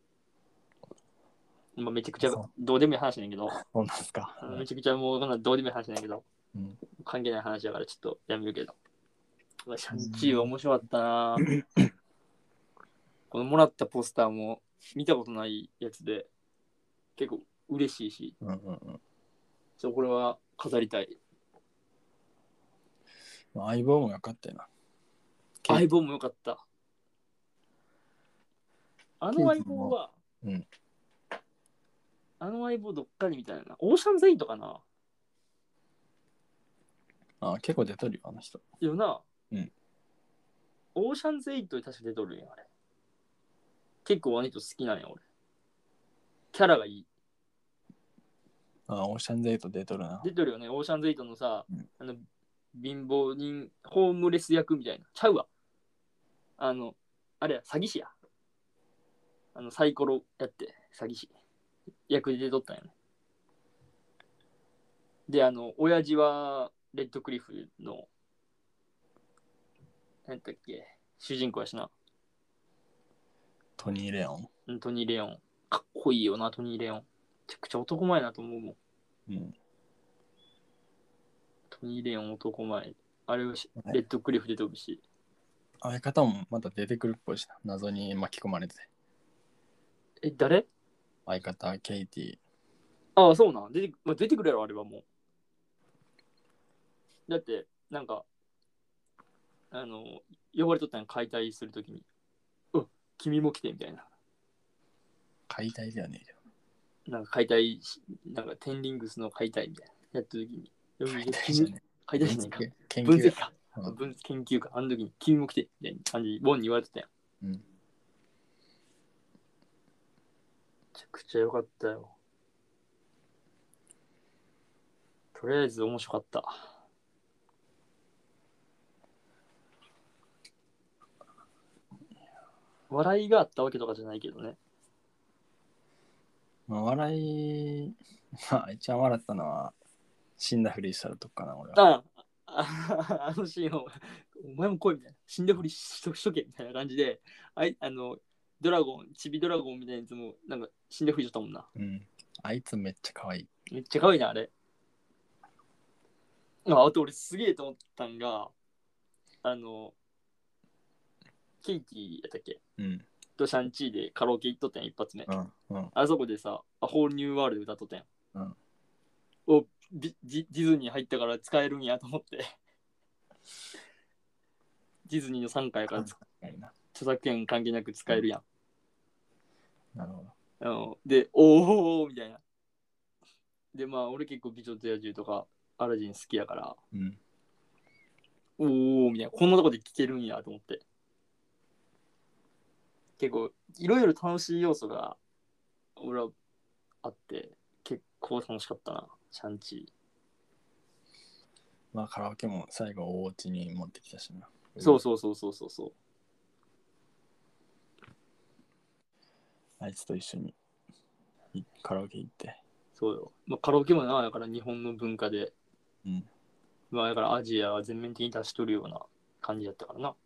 まあ、めちゃくちゃどうでもいい話なんやけど、
う。そうなんですか。
めちゃくちゃもうこんなどうでもいい話なんやけど、
うん、
関係ない話だからちょっとやめるけど。シャンチーは面白かったな。このもらったポスターも見たことないやつで結構嬉しいし、
うんうんうん。
ちょこれは飾りたい。
まあ、相棒もよかったよな。
相棒もよかった。あの相棒は、
うん、
あの相棒どっかにみたいな。オーシャンズエイトかな。
あ結構出とるよ、あの人。
よな。
うん。
オーシャンズエイトで確か出とるんや、あれ。結構あの人好きなんや、俺。キャラがいい。
あオーシャンズエイト出とるな。
出とるよね、オーシャンズエイトのさ、
うん、
あの、貧乏人、ホームレス役みたいな。ちゃうわ。あの、 あれや、詐欺師や。あの、サイコロやって、詐欺師。役で出とったんやね。で、あの、親父は、レッドクリフの、何やったっけ、主人公やしな。
トニー・レオン。
うんトニー・レオン。かっこいいよな、トニー・レオン。めちゃくちゃ男前やなと思うもん。
うん。
トニー・レオン男前。あれはし
はい
レッドクリフ出てるし。
相方もまた出てくるっぽいしな。謎に巻き込まれて。
え、誰？
相方、ケイティ。
ああ、そうなん。出て、まあ、出てくれよ、あれはもう。だって、なんか、あの、呼ばれとったんや、解体するときに。うん、君も来て、みたいな。
解体ではねえけど。
なんか解体し、なんかテンリングスの解体みたいな。やったときに。
解体じゃねえ。
解体じゃないか。
研究
分析か。
うん、
分析研究か。あの時に君も来て、みたいな感じで、ボンに言われてたやん。
うん。
めちゃくちゃ良かったよ。とりあえず面白かった。笑いがあったわけとかじゃないけどね。
まあ、笑い、まあ、一番笑ったのは、死んだふりしたらとかな、俺は。
ああ、あのシーンを、お前も来いみたいな。死んでふりしとしとけみたいな感じで、あいあの、ドラゴン、チビドラゴンみたいなやつも、なんか死んでふりしとったもんな。
うん。あいつめっちゃ可愛い。
めっちゃ可愛いな、あれ。ああと俺すげえと思ったんが、あの、ケイティやったっけ
うん。
とシャンチーでカラオケ行っとったやん、一発目。
うん。うん。
あそこでさ、アホールニューワールド歌っとったやん。
うん。
おディ、ディズニー入ったから使えるんやと思って。ディズニーのさんかいから著作権関係なく使えるやん。
なるほど。
あので、おおみたいな。で、まあ、俺結構美女と野獣とかアラジン好きやから、
うん。
おおみたいな。こんなとこで聴けるんやと思って。結構、いろいろ楽しい要素が、俺はあって、結構楽しかったな、シャンチ
まあ、カラオケも最後、お家に持ってきたしな。
ー。そうそうそうそうそうそう。
あいつと一緒にカラオケ行って。
そうよ。まあ、カラオケもな、だから日本の文化で、
うん。
まあ、だからアジアは全面的に出しとるような感じだったからな。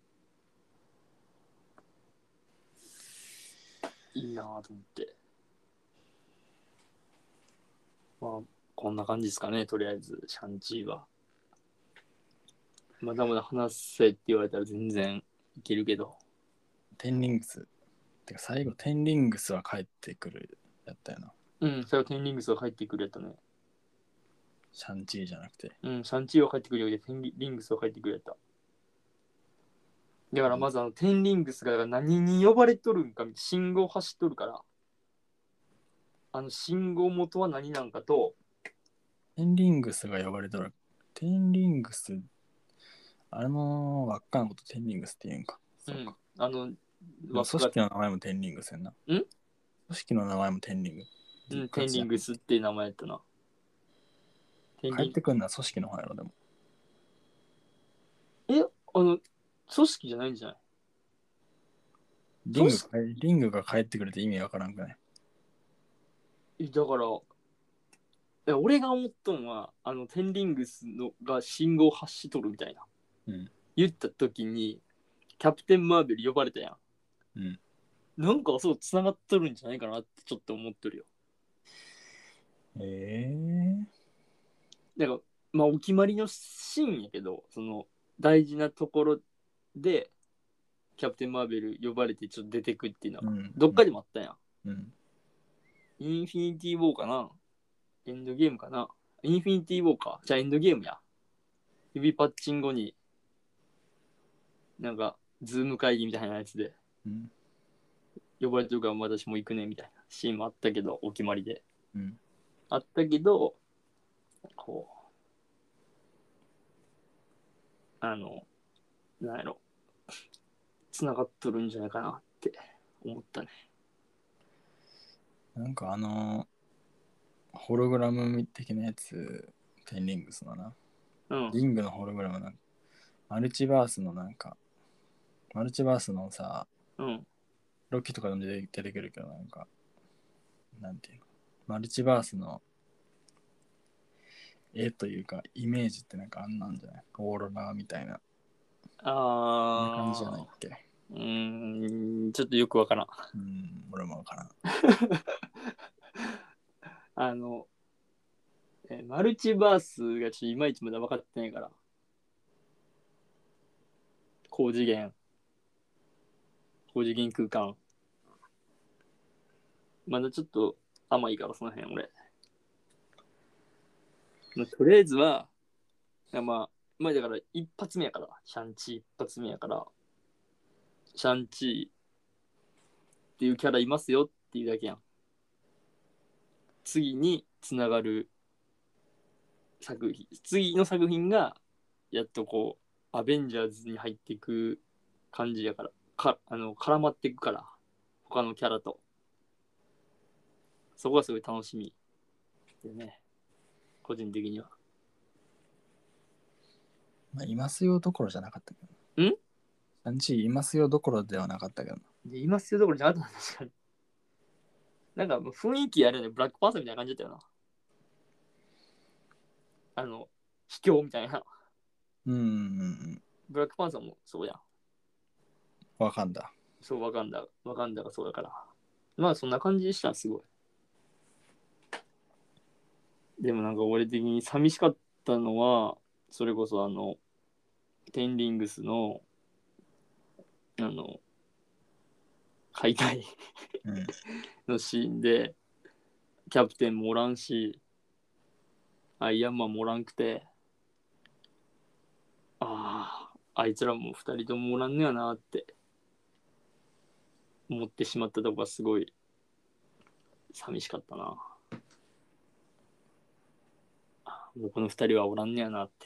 いいなぁと思って。まあ、こんな感じですかね、とりあえず、シャンチーは。まだまだ話せって言われたら全然いけるけど。
テンリングス。てか最後、テンリングスは帰ってくるやったよな。
うん、最後テンリングスが帰ってくるやったね。
シャンチーじゃなくて。
うん、シャンチーは帰ってくるよりテンリングスは帰ってくるやった。だからまずあの、テンリングスが何に呼ばれとるんか、信号走っとるから、あの信号元は何なんかと、
テンリングスが呼ばれたら、テンリングス、あの輪っかのことテンリングスって言うんか。
う、
そうんか。
あの、
組織の名前もテンリングスやんな。ん組織の名前もテンリング。
うん、テンリングスっていう名前やったな。テンリン
帰ってくるのは組織の方やろ、でも。
え、あの、組織じゃないんじゃない？
リングリングが帰ってくるって意味わからんくない？
だから、いや俺が思ったのは、あの、テンリングスのが信号発しとるみたいな。
うん。
言った時に、キャプテン・マーベル呼ばれたやん。
うん。
なんかそう、繋がっとるんじゃないかなってちょっと思ってるよ。
ええ
だから、まあ、お決まりのシーンやけど、その、大事なところで、キャプテン・マーベル呼ばれてちょっと出てくっていうのは、
うん。
どっかでもあったやん。
うん。
インフィニティ・ウォーかなエンドゲームかなインフィニティ・ウォーかじゃあエンドゲームや。指パッチン後に、なんか、ズーム会議みたいなやつで、
うん。
呼ばれてるから私も行くねみたいなシーンもあったけど、お決まりで。
うん。
あったけど、こう、あの、なんやろ、繋がっとるんじゃないかなって思ったね。
なんかあのホログラム的なやつ、テンリングスのな。
うん。
リングのホログラムなんか、マルチバースのなんか、マルチバースのさ、
うん。
ロッキーとかでも出て出てくるけど、なんか、なんていうの、マルチバースの絵というか、イメージってなんかあんなんじゃない？オーロラみたいな。こんな感じじゃないっ
あ
け？
ー。うーん、ちょっとよくわからん。
うん、俺もわからん。
あの、えマルチバースがちょっといまいちまだ分かってないから。高次元、高次元空間。まだちょっと甘いから、その辺俺。まあとりあえずは、いやまあ、まあだから一発目やから、シャンチー一発目やから、シャンチーっていうキャラいますよっていうだけやん。次につながる作品、次の作品が、やっとこう、アベンジャーズに入っていく感じやから、かあの絡まっていくから、他のキャラと。そこがすごい楽しみでね、個人的には。
まあ、いますよどころじゃなかったけど。
ん
シャンチーいますよどころではなかったけど。
で、いますよどころじゃなかった確かに。なんか雰囲気あるよね、ブラックパンサーみたいな感じだったよな。あの、卑怯みたいな。
うんうんうん。
ブラックパンサーもそうやん。
わかんだ。
そう、わかんだ。わかんだがそうだから。まあ、そんな感じでした、すごい。でもなんか俺的に寂しかったのは、それこそあの、テンリングスの、あの、解体
うん。
のシーンで、キャプテンもおらんし、アイアンマンもおらんくて、ああ、あいつらも二人ともおらんのやなって思ってしまったとこがすごい寂しかったな。もうこの二人はおらんのやなって、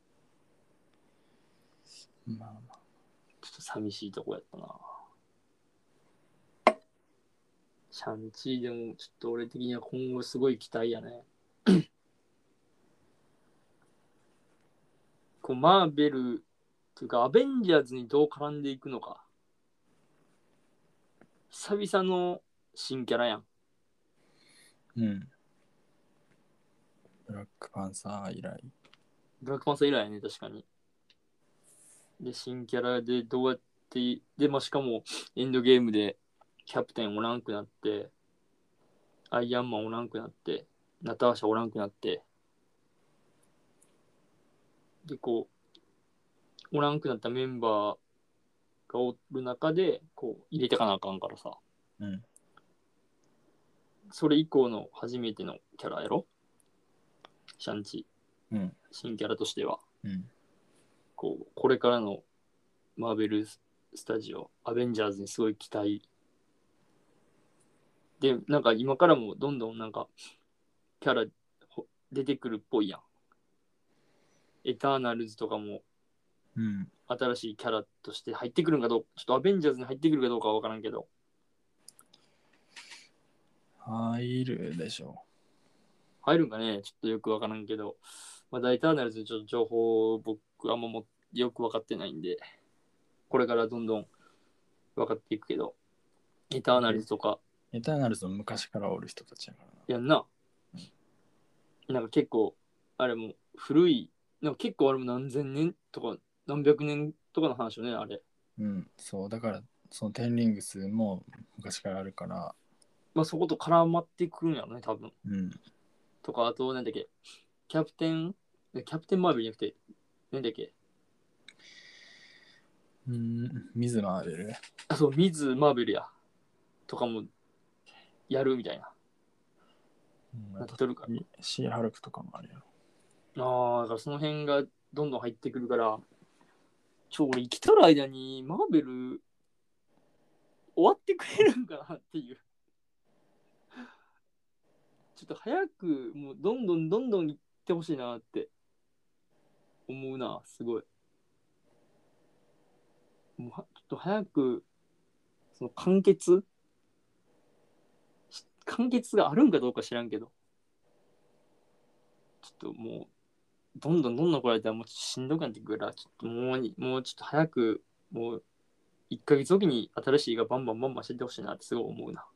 まあまあ。
ちょっと寂しいとこやったな。シャンチーでもちょっと俺的には今後すごい期待やね。こうマーベルというかアベンジャーズにどう絡んでいくのか。久々の新キャラやん。
うん。ブラックパンサー以来。
ブラックパンサー以来やね、確かに。で、新キャラでどうやって、で、まあ、しかもエンドゲームでキャプテンおらんくなって、アイアンマンおらんくなって、ナターシャおらんくなって、で、こう、おらんくなったメンバーがおる中で、こう、入れてかなあかんからさ。
うん。
それ以降の初めてのキャラやろ、シャンチ。
うん。
新キャラとしては。
うん。
こう、これからのマーベルスタジオ、アベンジャーズにすごい期待。で、なんか今からもどんどんなんか、キャラ出てくるっぽいやん。エターナルズとかも
うん。
新しいキャラとして入ってくるんかどうか、ちょっとアベンジャーズに入ってくるかどうかは分からんけど。
入るでしょ
入るんかね、ちょっとよく分からんけど。まだエターナルズちょっと情報僕あんまもよく分かってないんで、これからどんどん分かっていくけど、エターナルズとか。
う。エターナルズの昔からおる人たちやからな。
やんな。なんか結構、あれも古い、なんか結構あれも何千年とか何百年とかの話よね、あれ。
うん。そう。だから、そのテンリングスも昔からあるから、
まあそこと絡まってくるんやろね、多分。
うん。
とか、あと、なんだっけ、キャプテン、キャプテンマーベルじゃなくて、なんだっけ、
うん。ミズ・マーベル。
あ、そう、ミズ・マーベルや。とかもやるみたいな。
うん、あと
なっとるか
シー・ハルクとかもあるよ。
ら。ああ、だからその辺がどんどん入ってくるから、ちょ、俺生きとる間にマーベル終わってくれるんかなっていう。ちょっと早く、もうどんどんどんどん行ってほしいなって思うな、すごい。もうちょっと早く、その完結完結があるんかどうか知らんけど、ちょっともう、どんどんどんどん来られたらもうしんどくなってくるから、ちょっともう、もうちょっと早く、もういっかげつおきに新しい映画バンバンバンバンしてってほしいなってすごい思うな。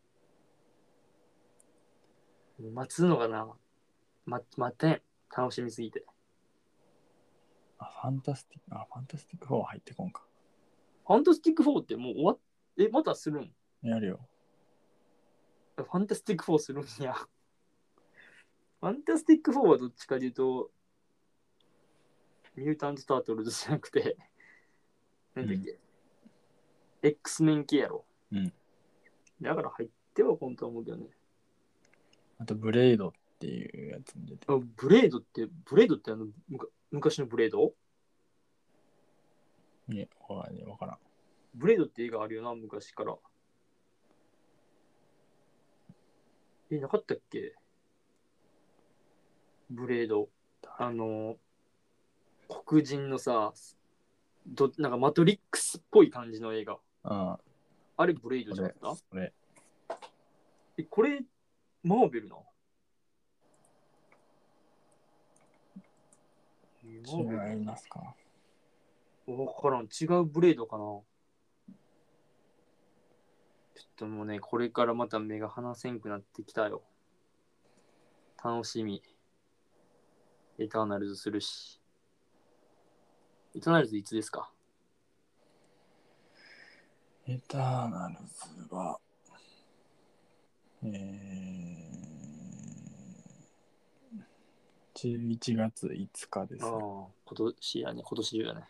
待つのがな、ま、待ってん。楽しみすぎて。
あ、ファンタスティック、あ、ファンタスティックフォー入ってこんか。
ファンタスティックフォーってもう終わっ、え、またするん？
やるよ。
ファンタスティックフォーするんや。ファンタスティックフォーはどっちかで言うと、ミュータント・タートルズじゃなくて、なんだっけ、うん、X メン系やろ。
うん。
だから入っては本当は思うけどね。
あと、ブレイドっていうやつも出て
あ、ブレードって、ブレードってあの、むか昔のブレード？
いや、わからん、わからん。
ブレードって映画あるよな、昔から。え、なかったっけ？ブレード。あの、黒人のさ、どなんかマトリックスっぽい感じの映画。
ああ、
あれブレイド
これ
じゃなかった？
これ。
え、これ、マーベルな。えマーベル
違いますか。
わからん。違うブレードかな。ちょっともうね、これからまた目が離せんくなってきたよ。楽しみ。エターナルズするし。エターナルズいつですか？
エターナルズは、えー、じゅういちがついつかです。
ああ、今年やね、今年中やね。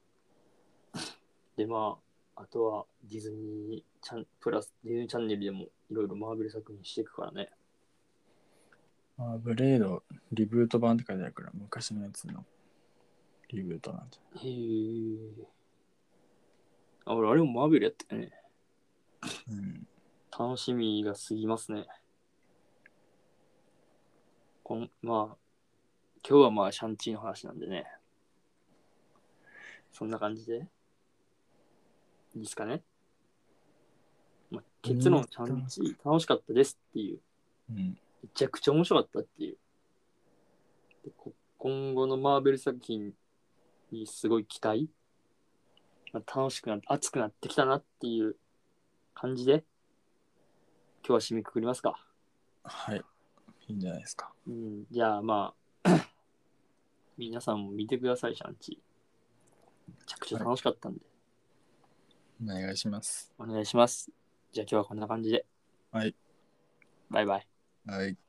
で、まあ、あとはディズニーチャンプラス、ディズニーチャンネルでもいろいろマーベル作品していくからね。
あ、ブレード、リブート版って書いてあるから、昔のやつのリブートなんじゃ
へえ。あ、俺、あれもマーベルやったよね。
うん。
楽しみが過ぎますね。こんまあ、今日はまあ、シャンチーの話なんでね。そんな感じでいいですかね。まあ、結論、シャンチー楽しかったですっていう。
うん。
めちゃくちゃ面白かったっていう。で今後のマーベル作品にすごい期待、まあ、楽しくなって、熱くなってきたなっていう感じで、今日は締めくくりますか。
はい。いいんじゃないですか。
うん、じゃあまあ、皆さんも見てください、シャンチー。めちゃくちゃ楽しかったんで。
お願いします。
お願いします。じゃあ今日はこんな感じで。
はい。
バイバイ。
はい。